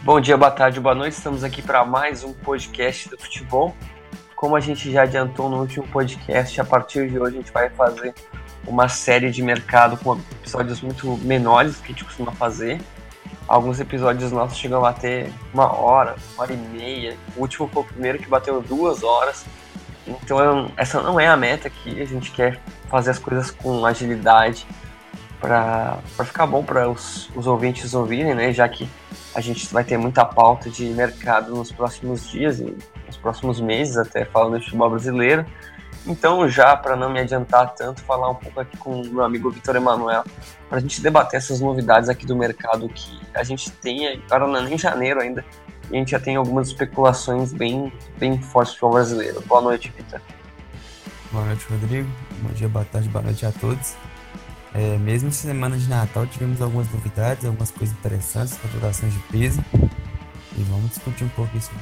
Bom dia, boa tarde, boa noite. Estamos aqui para mais um podcast do futebol. Como a gente já adiantou no último podcast, a partir de hoje a gente vai fazer uma série de mercado com episódios muito menores do que a gente costuma fazer. Alguns episódios nossos chegam a ter 1 hora, 1 hora e meia. O último foi o primeiro que bateu 2 horas. Então essa não é a meta aqui. A gente quer fazer as coisas com agilidade para ficar bom para os ouvintes ouvirem, né? Já que a gente vai ter muita pauta de mercado nos próximos dias e nos próximos meses, até falando de futebol brasileiro. Então, já para não me adiantar tanto, falar um pouco aqui com o meu amigo Vitor Emanuel, para a gente debater essas novidades aqui do mercado que a gente tem, agora não é nem janeiro ainda, e a gente já tem algumas especulações bem fortes do futebol brasileiro. Boa noite, Vitor. Boa noite, Rodrigo. Bom dia, boa tarde, boa noite a todos. Mesmo essa semana de Natal tivemos algumas novidades, algumas coisas interessantes, contratações de peso, e vamos discutir um pouco isso.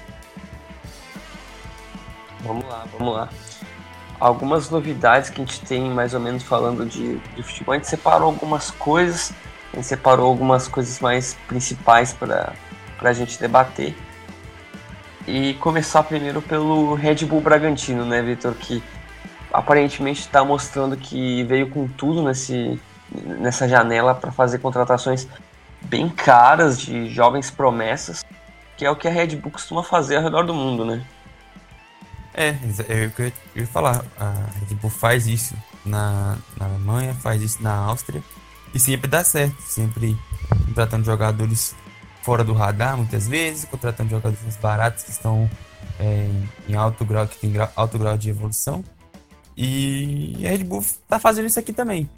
Vamos lá. Algumas novidades que a gente tem mais ou menos falando de futebol, a gente separou algumas coisas, mais principais para a gente debater. E começar primeiro pelo Red Bull Bragantino, né, Vitor, que aparentemente está mostrando que veio com tudo nessa janela para fazer contratações bem caras de jovens promessas, que é o que a Red Bull costuma fazer ao redor do mundo, né? Eu ia falar, a Red Bull faz isso na Alemanha, faz isso na Áustria, e sempre dá certo, sempre contratando jogadores fora do radar, muitas vezes, contratando jogadores baratos que estão em alto grau, que tem alto grau de evolução. E a Red Bull tá fazendo isso aqui também.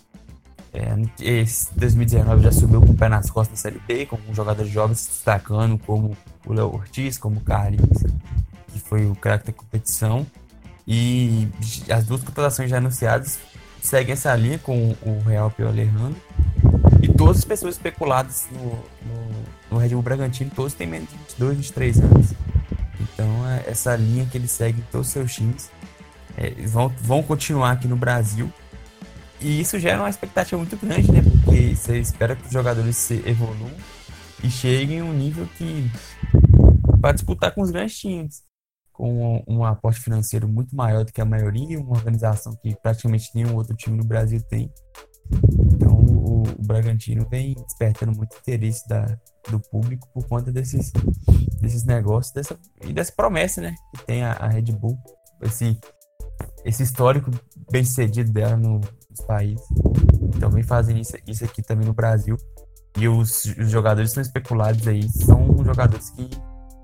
Esse 2019 já subiu com o pé nas costas da Série B, com jogadores jovens se destacando, como o Léo Ortiz, como o Carlinhos, que foi o craque da competição. E as duas contratações já anunciadas seguem essa linha com o Real Pio Alejandro. E todas as pessoas especuladas no Red Bull Bragantino, todos têm menos de 22, 23 anos. Então essa linha que eles seguem em todos os seus times. Vão continuar aqui no Brasil, e isso gera uma expectativa muito grande, né? Porque você espera que os jogadores se evoluam e cheguem a um nível que para disputar com os grandes times, com um aporte financeiro muito maior do que a maioria, uma organização que praticamente nenhum outro time no Brasil tem. Então o Bragantino vem despertando muito interesse do público por conta desses negócios e dessa promessa, né? Que tem a Red Bull, esse histórico bem sucedido dela nos países. Então vem fazendo isso aqui também no Brasil. E os jogadores que são especulados aí são jogadores que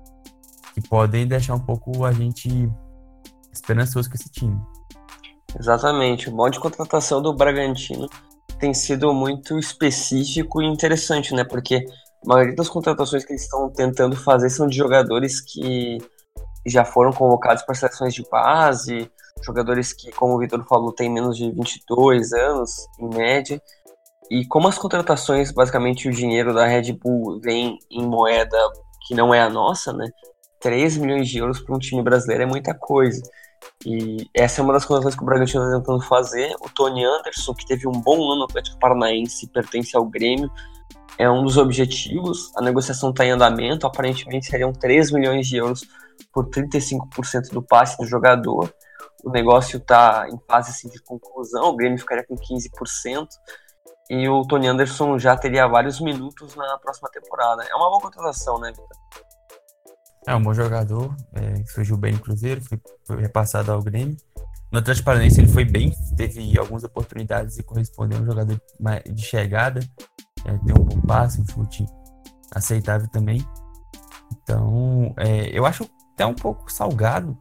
podem deixar um pouco a gente esperançoso com esse time. Exatamente. O modo de contratação do Bragantino tem sido muito específico e interessante, né? Porque a maioria das contratações que eles estão tentando fazer são de jogadores que já foram convocados para seleções de base, jogadores que, como o Vitor falou, têm menos de 22 anos, em média. E como as contratações, basicamente o dinheiro da Red Bull vem em moeda que não é a nossa, né? 3 milhões de euros para um time brasileiro é muita coisa. E essa é uma das contratações que o Bragantino está tentando fazer. O Tony Anderson, que teve um bom ano no Atlético Paranaense, pertence ao Grêmio, é um dos objetivos. A negociação está em andamento, aparentemente seriam 3 milhões de euros por 35% do passe do jogador. O negócio está em fase de conclusão, o Grêmio ficaria com 15%, e o Tony Anderson já teria vários minutos na próxima temporada. É uma boa contratação, né, Vitor? É um bom jogador, surgiu bem no Cruzeiro, foi repassado ao Grêmio. No Atlético Paranaense ele foi bem, teve algumas oportunidades e correspondeu a um jogador de chegada, tem um bom passe, um chute aceitável também. Então, eu acho até um pouco salgado,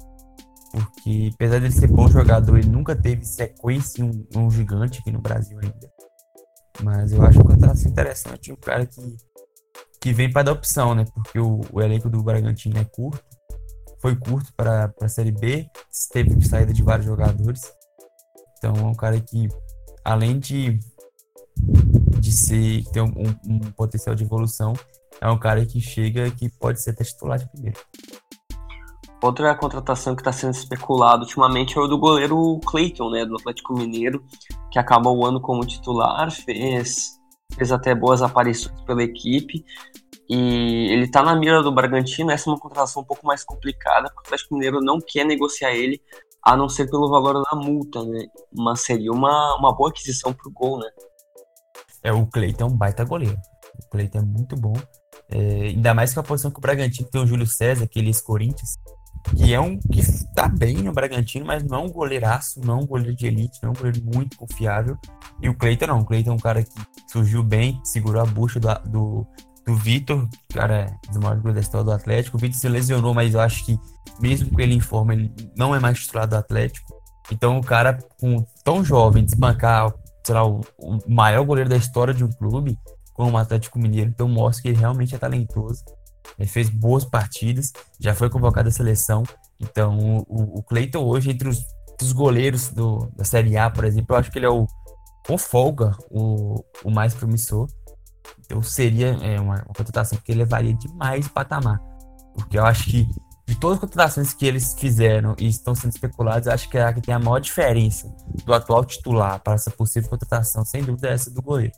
porque apesar dele ser bom jogador, ele nunca teve sequência em um gigante aqui no Brasil ainda. Mas eu acho que é interessante um cara que vem para dar opção, né? Porque o elenco do Bragantino é curto, foi curto para a Série B, teve saída de vários jogadores. Então é um cara que, além de ter um potencial de evolução, é um cara que chega e que pode ser até titular de primeiro. Outra contratação que está sendo especulada ultimamente é o do goleiro Clayton, né, do Atlético Mineiro, que acabou o ano como titular, fez até boas aparições pela equipe E ele tá na mira do Bragantino. Essa é uma contratação um pouco mais complicada, porque o Atlético Mineiro não quer negociar ele, a não ser pelo valor da multa, né? Mas seria uma boa aquisição pro Gol, né? O Cleiton é um baita goleiro. O Cleiton é muito bom. Ainda mais que a posição que o Bragantino tem o Júlio César, aquele ex-Corinthians, que é que tá bem no Bragantino, mas não é um goleiraço, não é um goleiro de elite, não é um goleiro muito confiável. E o Cleiton não. O Cleiton é um cara que surgiu bem, segurou a bucha do Vitor, cara, é dos maiores goleiros da história do Atlético. O Vitor se lesionou, mas eu acho que mesmo com ele em forma, ele não é mais titular do Atlético. Então o cara, tão jovem, desbancar, sei lá, o maior goleiro da história de um clube, como o Atlético Mineiro, então mostra que ele realmente é talentoso. Ele fez boas partidas, já foi convocado à seleção. Então o Cleiton hoje, entre os goleiros da Série A, por exemplo, eu acho que ele é com folga, o mais promissor. Então seria uma contratação que elevaria demais o patamar. Porque eu acho que de todas as contratações que eles fizeram e estão sendo especuladas, eu acho que é a que tem a maior diferença do atual titular para essa possível contratação, sem dúvida, é essa do goleiro.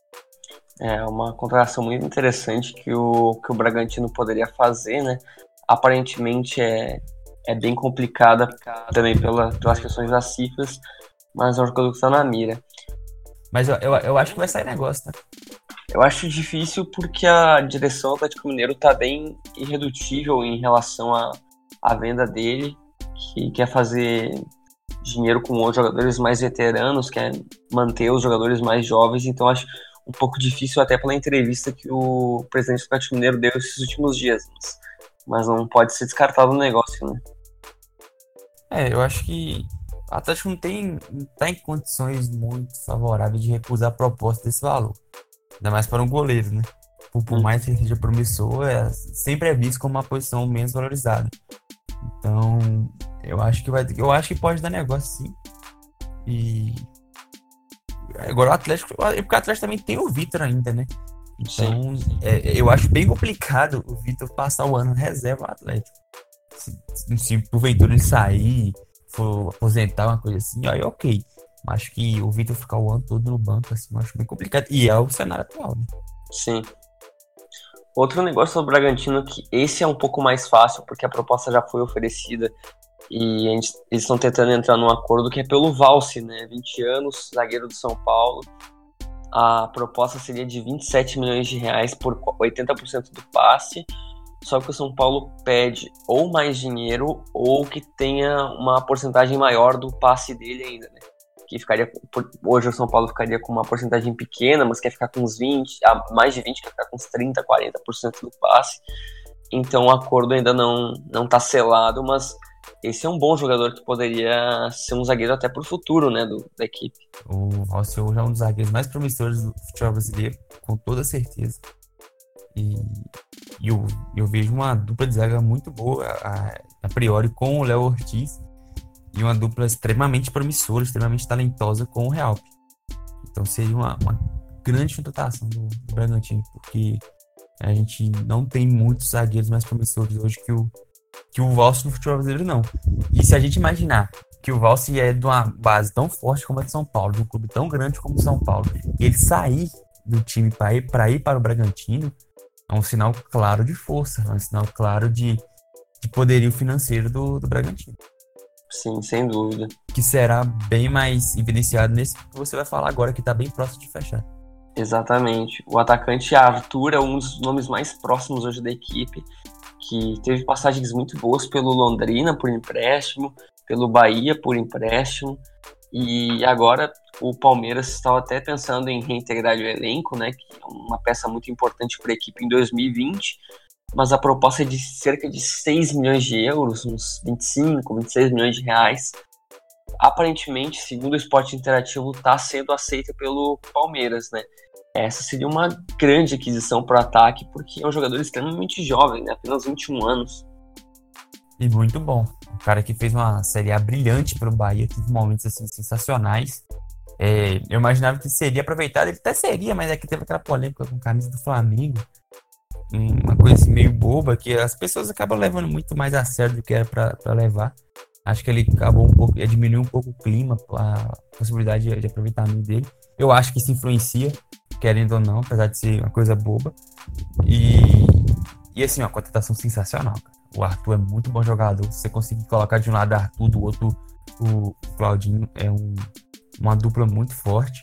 É uma contratação muito interessante que o Bragantino poderia fazer, né? Aparentemente é bem complicada também pelas questões das cifras, mas é um jogador que está na mira. Mas eu acho que vai sair negócio, tá? Eu acho difícil porque a direção do Atlético Mineiro está bem irredutível em relação à venda dele, que quer fazer dinheiro com os jogadores mais veteranos, quer manter os jogadores mais jovens, então acho um pouco difícil até pela entrevista que o presidente do Atlético Mineiro deu esses últimos dias, mas não pode ser descartado o negócio, né? Eu acho que o Atlético não tá em condições muito favoráveis de recusar a proposta desse valor. Ainda mais para um goleiro, né? Por mais que ele seja promissor, sempre é visto como uma posição menos valorizada. Então, eu acho que pode dar negócio, sim. E agora o Atlético, porque o Atlético também tem o Vitor ainda, né? Então, eu acho bem complicado o Vitor passar o ano na reserva do Atlético. Se porventura ele sair, for aposentar, uma coisa assim, aí ok. Acho que o Vitor ficar o ano todo no banco, assim, eu acho bem complicado. E é o cenário atual, né? Sim. Outro negócio do Bragantino, que esse é um pouco mais fácil, porque a proposta já foi oferecida e eles estão tentando entrar num acordo, que é pelo Valse, né? 20 anos, zagueiro do São Paulo. A proposta seria de 27 milhões de reais por 80% do passe, só que o São Paulo pede ou mais dinheiro ou que tenha uma porcentagem maior do passe dele ainda, né? Que ficaria, hoje o São Paulo ficaria com uma porcentagem pequena, mas quer ficar com uns 20, mais de 20, quer ficar com uns 30, 40% do passe. Então o acordo ainda não está selado, mas esse é um bom jogador que poderia ser um zagueiro até para o futuro, né, da equipe. O Rossi hoje é um dos zagueiros mais promissores do futebol brasileiro, com toda certeza. E eu vejo uma dupla de zaga muito boa, a priori, com o Léo Ortiz. E uma dupla extremamente promissora, extremamente talentosa com o Realpe. Então seria uma grande contratação do Bragantino, porque a gente não tem muitos zagueiros mais promissores hoje que o Valse no futebol brasileiro, não. E se a gente imaginar que o Valse é de uma base tão forte como a de São Paulo, de um clube tão grande como o São Paulo, e ele sair do time para ir para o Bragantino, é um sinal claro de força, é um sinal claro de poderio financeiro do Bragantino. Sim, sem dúvida. Que será bem mais evidenciado nesse que você vai falar agora, que está bem próximo de fechar. Exatamente. O atacante Arthur é um dos nomes mais próximos hoje da equipe, que teve passagens muito boas pelo Londrina por empréstimo, pelo Bahia por empréstimo, e agora o Palmeiras estava até pensando em reintegrar o elenco, né, que é uma peça muito importante para a equipe em 2020, mas a proposta é de cerca de 6 milhões de euros, uns 25, 26 milhões de reais. Aparentemente, segundo o Esporte Interativo, está sendo aceita pelo Palmeiras, né? Essa seria uma grande aquisição para o ataque, porque é um jogador extremamente jovem, né? Apenas 21 anos. E muito bom. Um cara que fez uma Série A brilhante para o Bahia, teve momentos assim, sensacionais. Eu imaginava que seria aproveitado, ele até seria, mas é que teve aquela polêmica com a camisa do Flamengo. Uma coisa assim meio boba, que as pessoas acabam levando muito mais a sério do que era para levar. Acho que ele acabou diminuiu um pouco o clima, a possibilidade de aproveitamento dele. Eu acho que isso influencia, querendo ou não, apesar de ser uma coisa boba. E assim, uma contratação sensacional, cara. O Arthur é muito bom jogador. Se você conseguir colocar de um lado Arthur, do outro o Claudinho, é uma dupla muito forte.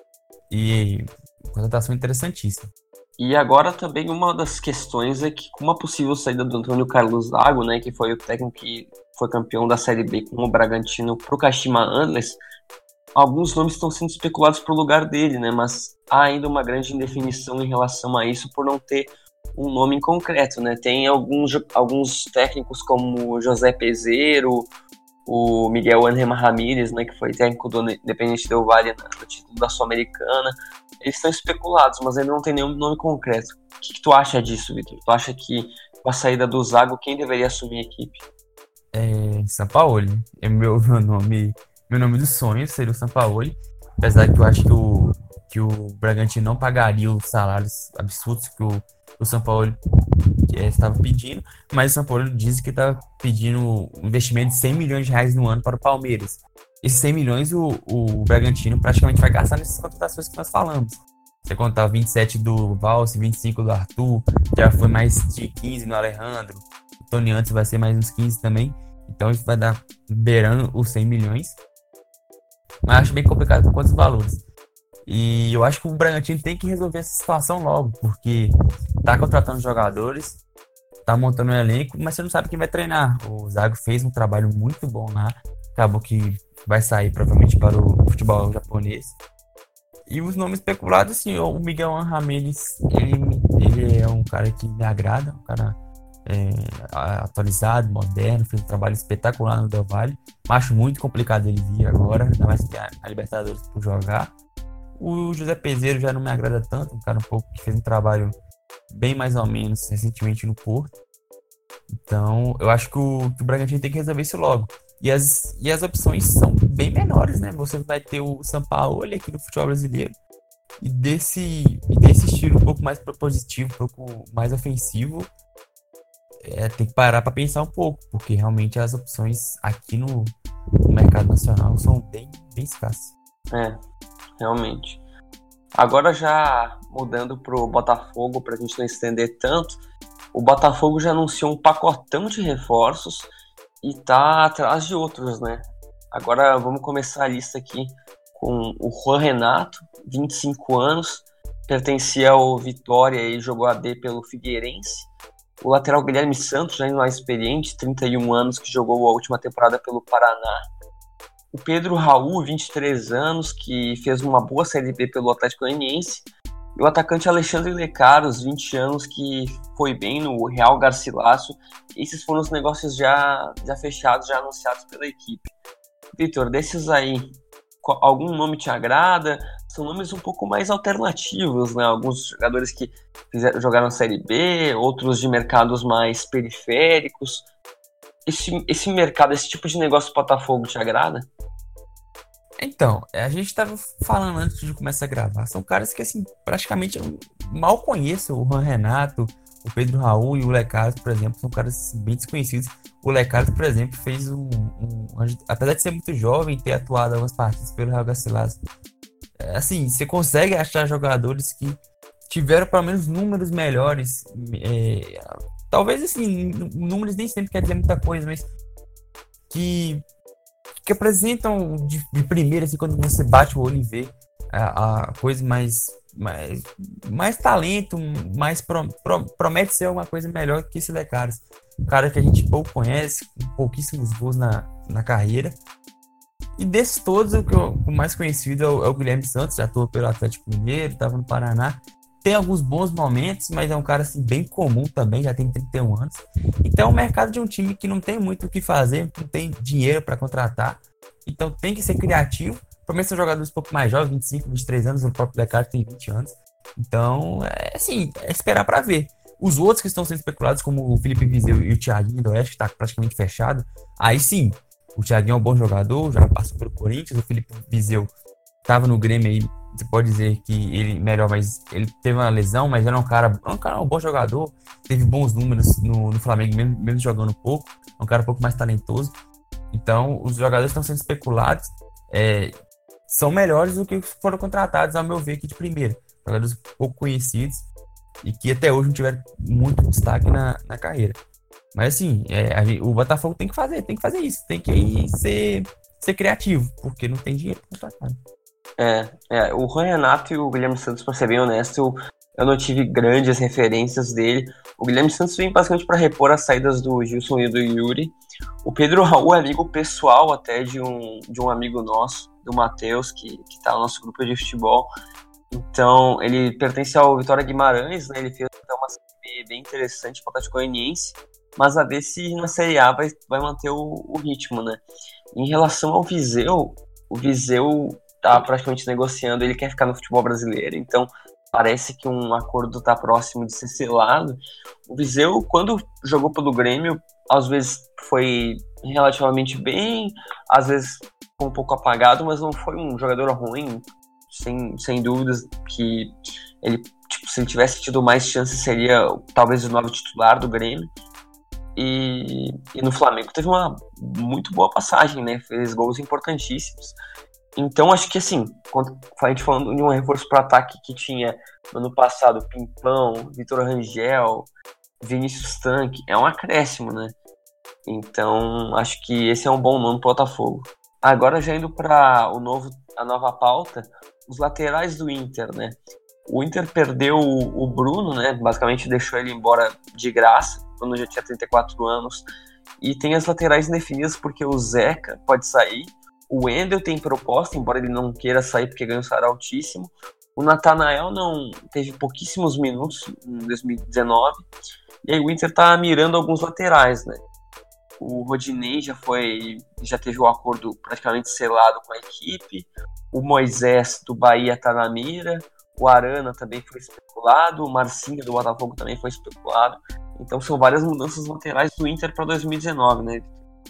E contratação interessantíssima. E agora também uma das questões é que com uma possível saída do Antônio Carlos Zago, né, que foi o técnico que foi campeão da Série B com o Bragantino pro Kashima Antlers, alguns nomes estão sendo especulados pro lugar dele, né, mas há ainda uma grande indefinição em relação a isso por não ter um nome em concreto, né. Tem alguns técnicos como o José Peseiro, o Miguel Ángel Ramírez, né, que foi técnico do Independiente Del Valle no título da Sul-Americana. Eles estão especulados, mas ainda não tem nenhum nome concreto. O que tu acha disso, Vitor? Tu acha que com a saída do Zago, quem deveria assumir a equipe? Sampaoli. É meu nome dos sonhos seria o Sampaoli. Apesar que eu acho que o Bragantino não pagaria os salários absurdos que o Sampaoli estava pedindo, mas o Sampaoli diz que estava pedindo um investimento de 100 milhões de reais no ano para o Palmeiras. Esses 100 milhões o Bragantino praticamente vai gastar nessas contratações que nós falamos. Você contar 27 do Valse, 25 do Arthur, já foi mais de 15 no Alejandro, o Tony antes vai ser mais uns 15 também, então isso vai dar beirando os 100 milhões. Mas acho bem complicado por conta dos valores. E eu acho que o Bragantino tem que resolver essa situação logo, porque tá contratando jogadores, tá montando um elenco, mas você não sabe quem vai treinar. O Zago fez um trabalho muito bom lá, acabou que vai sair provavelmente para o futebol japonês. E os nomes especulados, assim, o Miguel Ángel Ramírez, ele é um cara que me agrada, um cara atualizado, moderno, fez um trabalho espetacular no Del Valle. Acho muito complicado ele vir agora, ainda mais que a Libertadores por jogar. O José Peseiro já não me agrada tanto, um cara um pouco que fez um trabalho bem mais ou menos recentemente no Porto. Então, eu acho que o Bragantino tem que resolver isso logo. E as opções são bem menores, né? Você vai ter o Sampaoli aqui no futebol brasileiro e desse estilo um pouco mais propositivo, um pouco mais ofensivo, tem que parar para pensar um pouco, porque realmente as opções aqui no mercado nacional são bem, bem escassas. Realmente. Agora já mudando pro Botafogo, pra gente não estender tanto, o Botafogo já anunciou um pacotão de reforços e tá atrás de outros, né? Agora vamos começar a lista aqui com o Juan Renato, 25 anos, pertencia ao Vitória e jogou a B pelo Figueirense. O lateral Guilherme Santos, já mais experiente, 31 anos, que jogou a última temporada pelo Paraná. O Pedro Raul, 23 anos, que fez uma boa Série B pelo Atlético Goianiense. E o atacante Alexandre Lecaros, 20 anos, que foi bem no Real Garcilasso. Esses foram os negócios já fechados, já anunciados pela equipe. Vitor, desses aí, algum nome te agrada? São nomes um pouco mais alternativos, né? Alguns jogadores que jogaram Série B, outros de mercados mais periféricos. Esse mercado, esse tipo de negócio do Botafogo te agrada? Então, a gente estava falando antes de começar a gravar. São caras que, assim, praticamente eu mal conheço. O Juan Renato, o Pedro Raul e o Lecaros, por exemplo, são caras bem desconhecidos. O Lecaros, por exemplo, fez apesar de ser muito jovem, ter atuado algumas partidas pelo Real Garcilaso, assim, você consegue achar jogadores que tiveram pelo menos números melhores. Talvez, assim, números nem sempre quer dizer muita coisa, mas que apresentam de primeira, assim, quando você bate o olho e vê a coisa mais talento, mais promete ser alguma coisa melhor que esse Lecaros. Um cara que a gente pouco conhece, com pouquíssimos gols na carreira. E desses todos, o mais conhecido é o Guilherme Santos, já atuou pelo Atlético Mineiro, estava no Paraná. Tem alguns bons momentos, mas é um cara assim, bem comum também, já tem 31 anos. Então é um mercado de um time que não tem muito o que fazer, não tem dinheiro para contratar. Então tem que ser criativo. Provavelmente são jogadores um pouco mais jovens, 25, 23 anos, o próprio Lecaros tem 20 anos. Então, é esperar para ver. Os outros que estão sendo especulados, como o Felipe Viseu e o Thiaguinho do Oeste, que está praticamente fechado, aí sim, o Thiaguinho é um bom jogador, já passou pelo Corinthians, o Felipe Viseu estava no Grêmio aí, você pode dizer que ele melhor, mas ele teve uma lesão, mas era um bom jogador, teve bons números no Flamengo, mesmo jogando pouco, é um cara um pouco mais talentoso. Então, os jogadores estão sendo especulados, são melhores do que foram contratados, ao meu ver, aqui de primeira. jogadores pouco conhecidos e que até hoje não tiveram muito destaque na carreira. Mas assim, o Botafogo tem que fazer isso, tem que aí ser criativo, porque não tem dinheiro para contratar. O Juan Renato e o Guilherme Santos, pra ser bem honesto, eu não tive grandes referências dele. O Guilherme Santos vem basicamente para repor as saídas do Gilson e do Yuri. O Pedro Raul é amigo pessoal até de um amigo nosso, do Matheus, que tá no nosso grupo de futebol. Então, ele pertence ao Vitória Guimarães, né? Ele fez até uma série bem interessante para o Atlético Goianiense, mas a ver se na Série A vai manter o ritmo, né? Em relação ao Viseu, o Viseu tá praticamente negociando, ele quer ficar no futebol brasileiro, então parece que um acordo tá próximo de ser selado. O Viseu, quando jogou pelo Grêmio, às vezes foi relativamente bem, às vezes foi um pouco apagado, mas não foi um jogador ruim, sem dúvidas que ele, se ele tivesse tido mais chances, seria talvez o novo titular do Grêmio. E no Flamengo teve uma muito boa passagem, né? Fez gols importantíssimos. Então, acho que assim, quando a gente falando de um reforço para ataque que tinha no ano passado Pimpão, Vitor Rangel, Vinícius Tanque, é um acréscimo, né? Então, acho que esse é um bom nome para o Botafogo. Agora, já indo para a nova pauta, os laterais do Inter, né? O Inter perdeu o Bruno, né? Basicamente deixou ele embora de graça, quando já tinha 34 anos. E tem as laterais indefinidas porque o Zeca pode sair. O Wendel tem proposta, embora ele não queira sair porque ganha um salário altíssimo. O Natanael não teve pouquíssimos minutos em 2019. E aí o Inter tá mirando alguns laterais, né? O Rodinei já teve o acordo praticamente selado com a equipe. O Moisés do Bahia tá na mira. O Arana também foi especulado. O Marcinho do Botafogo também foi especulado. Então são várias mudanças laterais do Inter para 2019, né?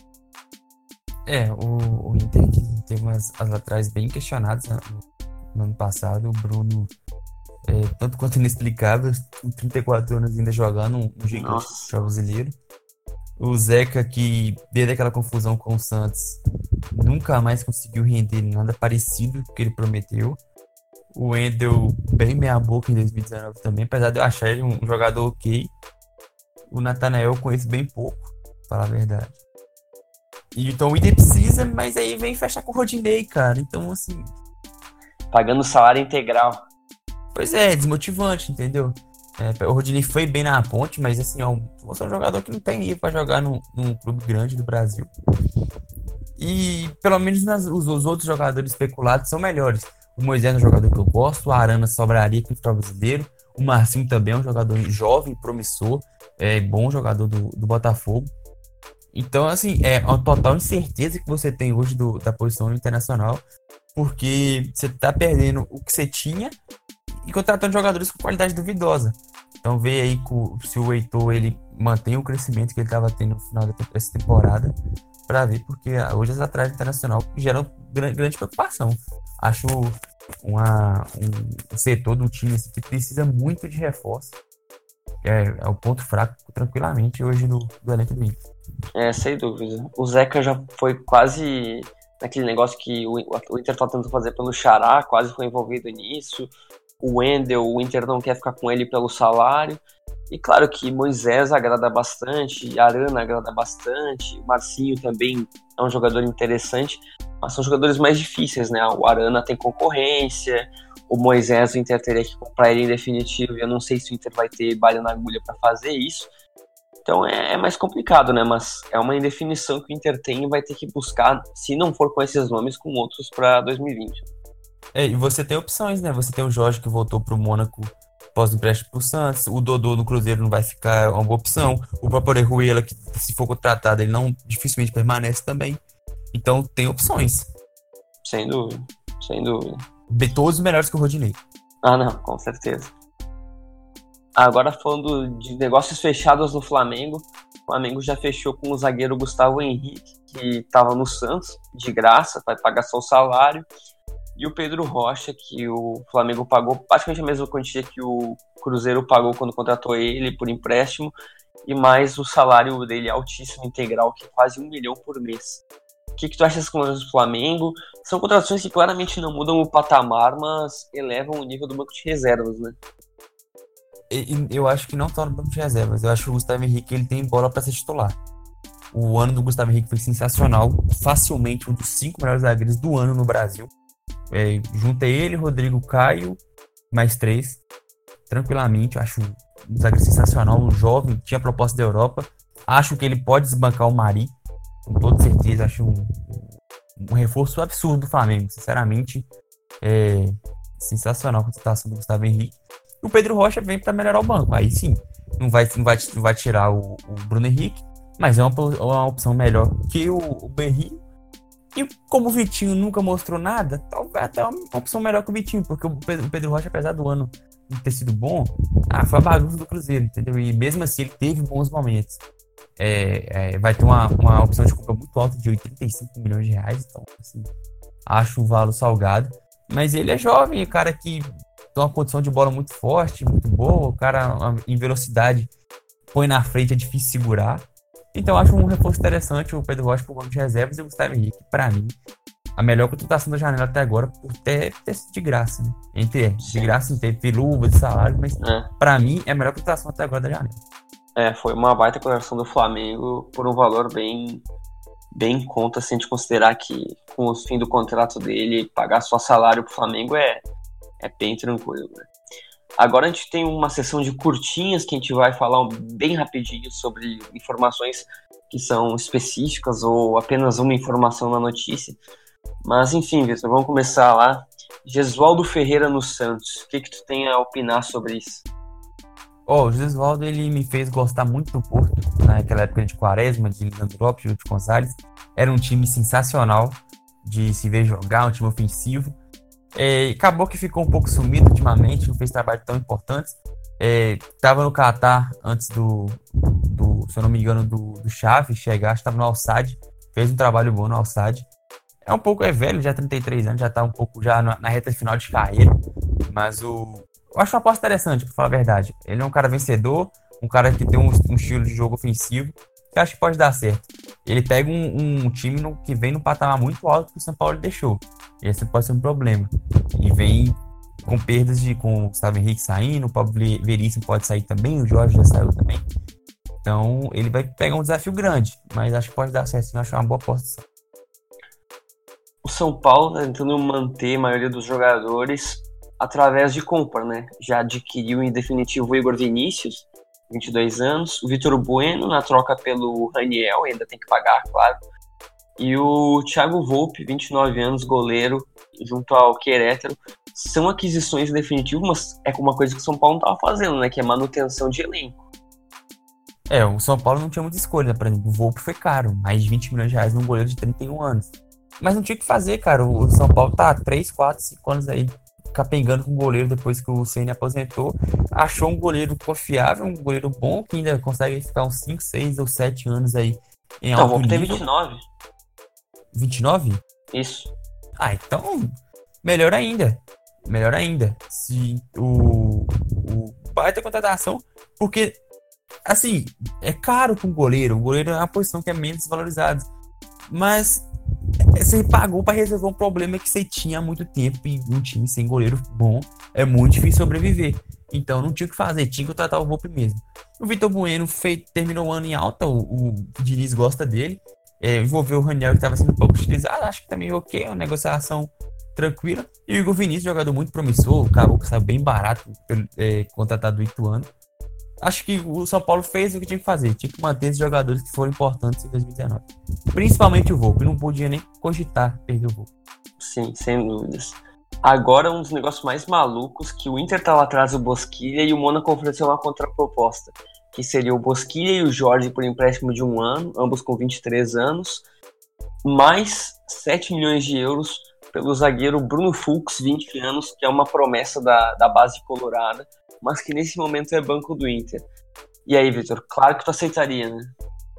O Inter teve as laterais bem questionadas no ano passado. O Bruno, tanto quanto inexplicável, com 34 anos ainda jogando um gigante brasileiro. O Zeca, que desde aquela confusão com o Santos, nunca mais conseguiu render nada parecido com o que ele prometeu. O Wendel, bem meia boca em 2019 também, apesar de eu achar ele um jogador ok. O Natanael eu conheço bem pouco, pra falar a verdade. E então o Inter precisa, mas aí vem fechar com o Rodinei, cara. Então, assim... pagando salário integral. Pois é, desmotivante, entendeu? O Rodinei foi bem na Ponte, mas assim, é um jogador que não tem nível pra jogar num clube grande do Brasil. E pelo menos os outros jogadores especulados são melhores. O Moisés é um jogador que eu gosto, o Arana sobraria com o futebol brasileiro, o Marcinho também é um jogador jovem, promissor, bom jogador do Botafogo. Então, assim, é uma total incerteza que você tem hoje da posição internacional, porque você tá perdendo o que você tinha e contratando jogadores com qualidade duvidosa. Então, vê aí se o Heitor ele mantém o crescimento que ele estava tendo no final dessa temporada, para ver, porque hoje as laterais internacional geram grande preocupação. Acho um setor do time assim, que precisa muito de reforço. É o ponto fraco, tranquilamente, hoje do elenco do Inter. Sem dúvida. O Zeca já foi quase naquele negócio que o Inter tá tentando fazer pelo Xará, quase foi envolvido nisso. O Wendel, o Inter não quer ficar com ele pelo salário. E claro que Moisés agrada bastante, Arana agrada bastante, Marcinho também é um jogador interessante, mas são jogadores mais difíceis, né? O Arana tem concorrência, o Moisés o Inter teria que comprar ele em definitivo, e eu não sei se o Inter vai ter balha na agulha para fazer isso. Então é mais complicado, né? Mas é uma indefinição que o Inter tem e vai ter que buscar, se não for com esses nomes, com outros para 2020. E você tem opções, né? Você tem o Jorge que voltou pro Mônaco pós-empréstimo pro Santos, o Dodô no Cruzeiro não vai ficar uma boa opção, o próprio Orejuela, que se for contratado, ele não dificilmente permanece também. Então tem opções. Sem dúvida. Todos melhores que o Rodinei. Não, com certeza. Agora falando de negócios fechados no Flamengo, o Flamengo já fechou com o zagueiro Gustavo Henrique, que estava no Santos, de graça, vai pagar só o salário, e o Pedro Rocha, que o Flamengo pagou praticamente a mesma quantia que o Cruzeiro pagou quando contratou ele por empréstimo, e mais o salário dele altíssimo, integral, que é quase 1 milhão por mês. que tu acha das contratações do Flamengo? São contratações que claramente não mudam o patamar, mas elevam o nível do banco de reservas, né? Eu acho que não só no banco de reservas. Eu acho que o Gustavo Henrique ele tem bola para ser titular. O ano do Gustavo Henrique foi sensacional. Facilmente um dos 5 melhores zagueiros do ano no Brasil. Junta ele, Rodrigo, Caio, mais 3. Tranquilamente. Eu acho um zagueiro sensacional, um jovem, tinha proposta da Europa. Acho que ele pode desbancar o Mari. Com toda certeza. Acho um reforço absurdo do Flamengo. Sinceramente, sensacional a contratação do Gustavo Henrique. E o Pedro Rocha vem para melhorar o banco. Aí sim, não vai tirar o Bruno Henrique, mas é uma opção melhor que o Berrio. E como o Vitinho nunca mostrou nada, talvez até uma opção melhor que o Vitinho, porque o Pedro Rocha, apesar do ano não ter sido bom, foi a bagunça do Cruzeiro, entendeu? E mesmo assim ele teve bons momentos. Vai ter uma opção de compra muito alta de 85 milhões de reais, então assim, acho o valor salgado. Mas ele é jovem, o cara que tem uma condição de bola muito forte, muito boa, o cara em velocidade põe na frente, é difícil segurar. Então acho um reforço interessante o Pedro Rocha pro banco de reservas e o Gustavo Henrique, para mim, a melhor contratação da janela até agora, por ter sido de graça, né? De graça não teve luva de salário, mas para mim é a melhor contratação até agora da janela. Foi uma baita contratação do Flamengo por um valor bem em conta, se a gente considerar que com o fim do contrato dele, pagar só salário pro Flamengo é bem tranquilo, né? Agora a gente tem uma sessão de curtinhas que a gente vai falar bem rapidinho sobre informações que são específicas ou apenas uma informação na notícia. Mas enfim, Vitor, vamos começar lá. Gesualdo Ferreira no Santos. O que tu tem a opinar sobre isso? O Gesualdo, ele me fez gostar muito do Porto, naquela época de Quaresma, de Lisandro Lopes, de Lúcio Gonzalez. Era um time sensacional de se ver jogar, um time ofensivo. Acabou que ficou um pouco sumido ultimamente, não fez trabalho tão importante. Estava no Catar antes do se eu não me engano, do Chaves chegar, estava no Al-Sadd, fez um trabalho bom no Al-Sadd. Um pouco velho, já 33 anos, já está um pouco já na reta final de carreira, mas eu acho uma aposta interessante, para falar a verdade. Ele é um cara vencedor, um cara que tem um estilo de jogo ofensivo, que acho que pode dar certo. Ele pega um time que vem num patamar muito alto que o São Paulo deixou. Esse pode ser um problema. E vem com perdas com o Gustavo Henrique saindo, o Pablo Veríssimo pode sair também, o Jorge já saiu também. Então ele vai pegar um desafio grande, mas acho que pode dar certo, eu acho uma boa aposta. O São Paulo está tentando manter a maioria dos jogadores através de compra, né? Já adquiriu em definitivo o Igor Vinícius, 22 anos, o Vitor Bueno na troca pelo Raniel, ainda tem que pagar, claro, e o Thiago Volpe, 29 anos, goleiro, junto ao Querétaro. São aquisições definitivas, mas é uma coisa que o São Paulo não estava fazendo, né? Que é manutenção de elenco. O São Paulo não tinha muita escolha, por exemplo, o Volpe foi caro, mais de 20 milhões de reais num goleiro de 31 anos. Mas não tinha o que fazer, cara, o São Paulo tá 3, 4, 5 anos aí capengando com o goleiro depois que o Ceni aposentou. Achou um goleiro confiável, um goleiro bom, que ainda consegue ficar uns 5, 6 ou 7 anos aí em alto nível. Não, o Volpe tem 29. 29? Isso. Então, melhor ainda. Se o baita contratação, porque, assim, é caro para um goleiro. O goleiro é uma posição que é menos desvalorizada. Mas você pagou para resolver um problema que você tinha há muito tempo, e um time sem goleiro bom é muito difícil sobreviver. Então não tinha o que fazer, tinha que tratar o Volpe mesmo. O Vitor Bueno terminou o ano em alta, o Diniz gosta dele. Envolveu o Raniel, que estava sendo um pouco utilizado, acho que também ok, uma negociação tranquila. E o Igor Vinícius, jogador muito promissor, o Caboclo saiu bem barato, contratado do Ituano. Acho que o São Paulo fez o que tinha que fazer, tinha que manter esses jogadores que foram importantes em 2019. Principalmente o Volpe, não podia nem cogitar perder o Volpe. Sim, sem dúvidas. Agora, um dos negócios mais malucos, que o Inter estava atrás do Bosquilha e o Mônaco ofereceu uma contraproposta, que seria o Bosquilha e o Jorge por empréstimo de 1 ano, ambos com 23 anos, mais 7 milhões de euros pelo zagueiro Bruno Fux, 20 anos, que é uma promessa da base colorada, mas que nesse momento é banco do Inter. E aí, Vitor, claro que tu aceitaria, né?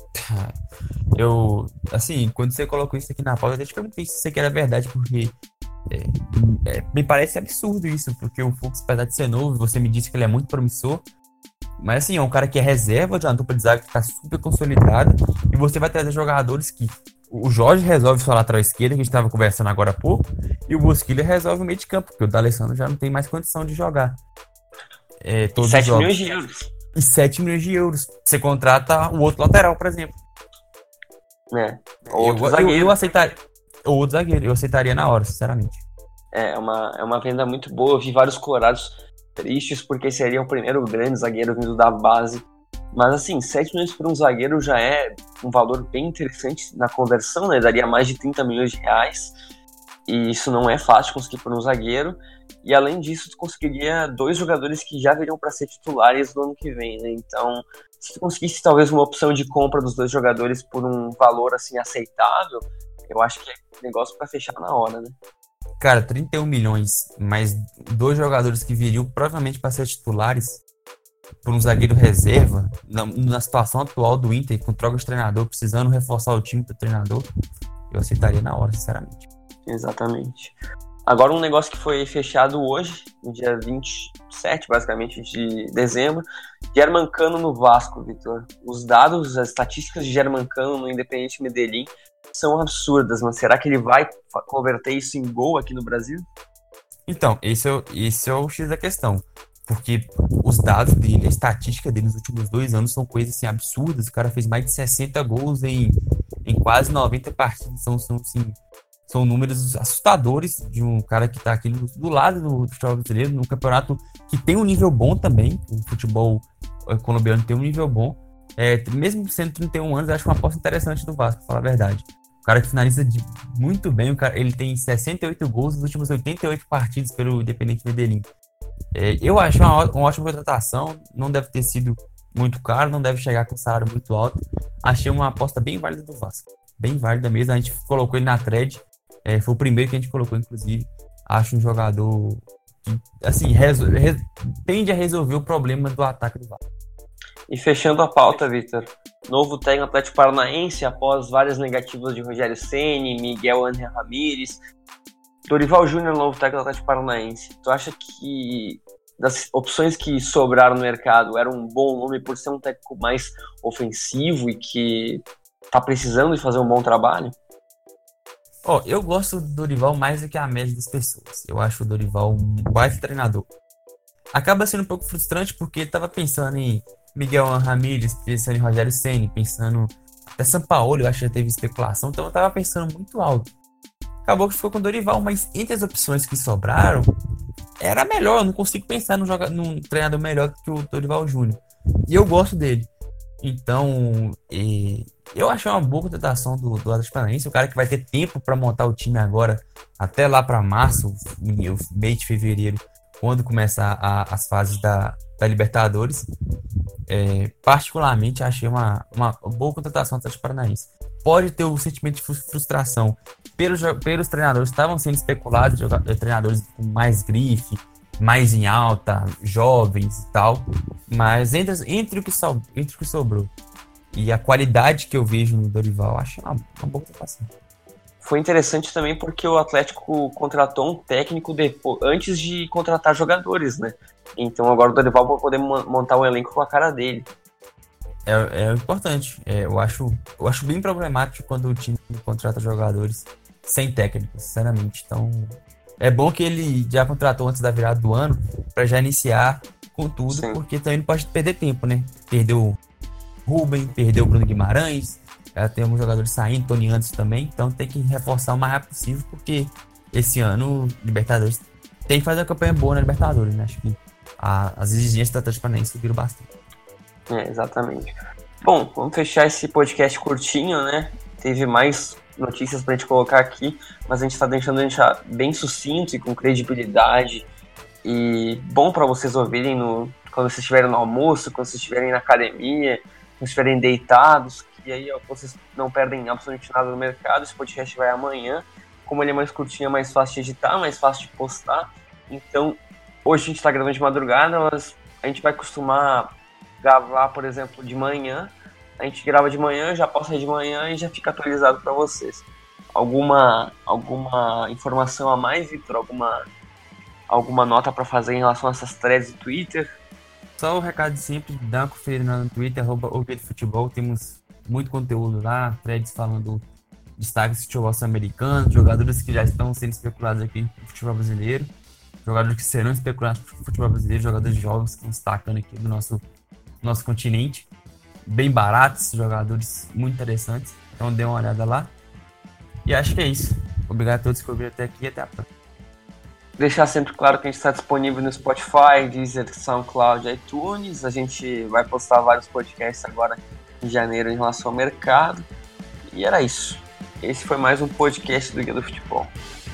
Assim, quando você colocou isso aqui na pauta, eu até te perguntei se isso aqui era verdade, porque me parece absurdo isso, porque o Fux, apesar de ser novo, você me disse que ele é muito promissor, mas assim, é um cara que é reserva de uma dupla de zaga que está super consolidada, e você vai trazer jogadores que O Jorge resolve sua lateral esquerda, que a gente estava conversando agora há pouco, e o Bosquilha resolve o meio de campo, porque o D'Alessandro já não tem mais condição de jogar todos os 7 jogos. milhões de euros. E 7 milhões de euros. Você contrata o outro lateral, por exemplo. Né? Outro zagueiro. Eu aceitaria. O outro zagueiro, eu aceitaria na hora, sinceramente. É uma venda muito boa. Eu vi vários colorados tristes porque seria o primeiro grande zagueiro vindo da base. Mas assim, 7 milhões por um zagueiro já é um valor bem interessante na conversão, né? Daria mais de 30 milhões de reais. E isso não é fácil conseguir por um zagueiro. E além disso, tu conseguiria 2 jogadores que já viriam para ser titulares no ano que vem, né? Então, se tu conseguisse talvez uma opção de compra dos 2 jogadores por um valor assim aceitável, eu acho que é negócio para fechar na hora, né? Cara, 31 milhões, mais 2 jogadores que viriam provavelmente para ser titulares por um zagueiro reserva, na situação atual do Inter, com troca de treinador, precisando reforçar o time do treinador, eu aceitaria na hora, sinceramente. Exatamente. Agora um negócio que foi fechado hoje, no dia 27, basicamente, de dezembro, Germancano no Vasco, Vitor. Os dados, as estatísticas de Germancano no Independiente Medellín são absurdas, mas será que ele vai converter isso em gol aqui no Brasil? Então, esse é o X da questão. Porque os dados dele, a estatística dele nos últimos 2 anos são coisas assim, absurdas. O cara fez mais de 60 gols em quase 90 partidas. São números assustadores de um cara que está aqui do lado do futebol brasileiro, num campeonato que tem um nível bom também. O futebol colombiano tem um nível bom. Mesmo sendo 31 anos, eu acho uma aposta interessante do Vasco, pra falar a verdade. O cara que finaliza muito bem, ele tem 68 gols nos últimos 88 partidas pelo Independiente Medellín. Eu acho uma ótima contratação, não deve ter sido muito caro, não deve chegar com salário muito alto. Achei uma aposta bem válida do Vasco, bem válida mesmo. A gente colocou ele na thread, foi o primeiro que a gente colocou, inclusive. Acho um jogador que, assim, tende a resolver o problema do ataque do Vasco. E fechando a pauta, Vitor, novo técnico Atlético Paranaense após várias negativas de Rogério Ceni, Miguel Ángel Ramírez. Dorival Júnior, novo técnico do Atlético Paranaense. Tu acha que das opções que sobraram no mercado era um bom nome por ser um técnico mais ofensivo e que tá precisando de fazer um bom trabalho? Eu gosto do Dorival mais do que a média das pessoas. Eu acho o Dorival um baita treinador. Acaba sendo um pouco frustrante porque ele tava pensando em Miguel Ángel Ramírez, pensando em Rogério Ceni, pensando até Sampaoli, eu acho que já teve especulação, então eu tava pensando muito alto. Acabou que ficou com o Dorival, mas entre as opções que sobraram, era melhor. Eu não consigo pensar num treinador melhor que o Dorival Júnior. E eu gosto dele. Então, eu achei uma boa contratação do Atlético Paranaense. O cara que vai ter tempo para montar o time agora, até lá para março, mês de fevereiro, quando começar as fases da Libertadores. Particularmente, achei uma boa contratação do Atlético Paranaense. Pode ter o sentimento de frustração pelos treinadores que estavam sendo especulados, treinadores com mais grife, mais em alta, jovens e tal, mas entre o que sobrou e a qualidade que eu vejo no Dorival, acho uma boa contratação. Foi interessante também porque o Atlético contratou um técnico antes de contratar jogadores, né? Então agora o Dorival vai poder montar um elenco com a cara dele. É importante. Eu acho bem problemático quando o time contrata jogadores sem técnico, sinceramente. Então, é bom que ele já contratou antes da virada do ano para já iniciar com tudo. Sim. Porque também não pode perder tempo, né? Perdeu o Rubem, perdeu o Bruno Guimarães, já tem alguns jogadores saindo, Tony Anderson também. Então tem que reforçar o mais rápido possível, porque esse ano Libertadores tem que fazer uma campanha boa na Libertadores, né? Acho que as exigências da Atlético Paranaense subiram bastante. Exatamente. Bom, vamos fechar esse podcast curtinho, né? Teve mais notícias pra gente colocar aqui, mas a gente tá deixando bem sucinto e com credibilidade. E bom pra vocês ouvirem quando vocês estiverem no almoço, quando vocês estiverem na academia, quando estiverem deitados, que aí vocês não perdem absolutamente nada no mercado. Esse podcast vai amanhã. Como ele é mais curtinho, é mais fácil de editar, mais fácil de postar. Então, hoje a gente tá gravando de madrugada, mas a gente vai costumar gravar, por exemplo, de manhã. A gente grava de manhã, já posta de manhã e já fica atualizado para vocês. Alguma informação a mais, Vitor? Alguma nota para fazer em relação a essas threads do Twitter? Só o recado simples, dá uma conferida no Twitter, @OVFutebol, temos muito conteúdo lá, threads falando destaques do futebol sul-americano, jogadores que já estão sendo especulados aqui no futebol brasileiro, jogadores que serão especulados no futebol brasileiro, jogadores jovens que estão destacando aqui do nosso continente, bem baratos, jogadores muito interessantes, então dê uma olhada lá. E acho que é isso. Obrigado a todos que ouviram até aqui e até a próxima. Deixar sempre claro que a gente está disponível no Spotify, Deezer, SoundCloud, iTunes. A gente vai postar vários podcasts agora em janeiro em relação ao mercado. E era isso. Esse foi mais um podcast do Guia do Futebol.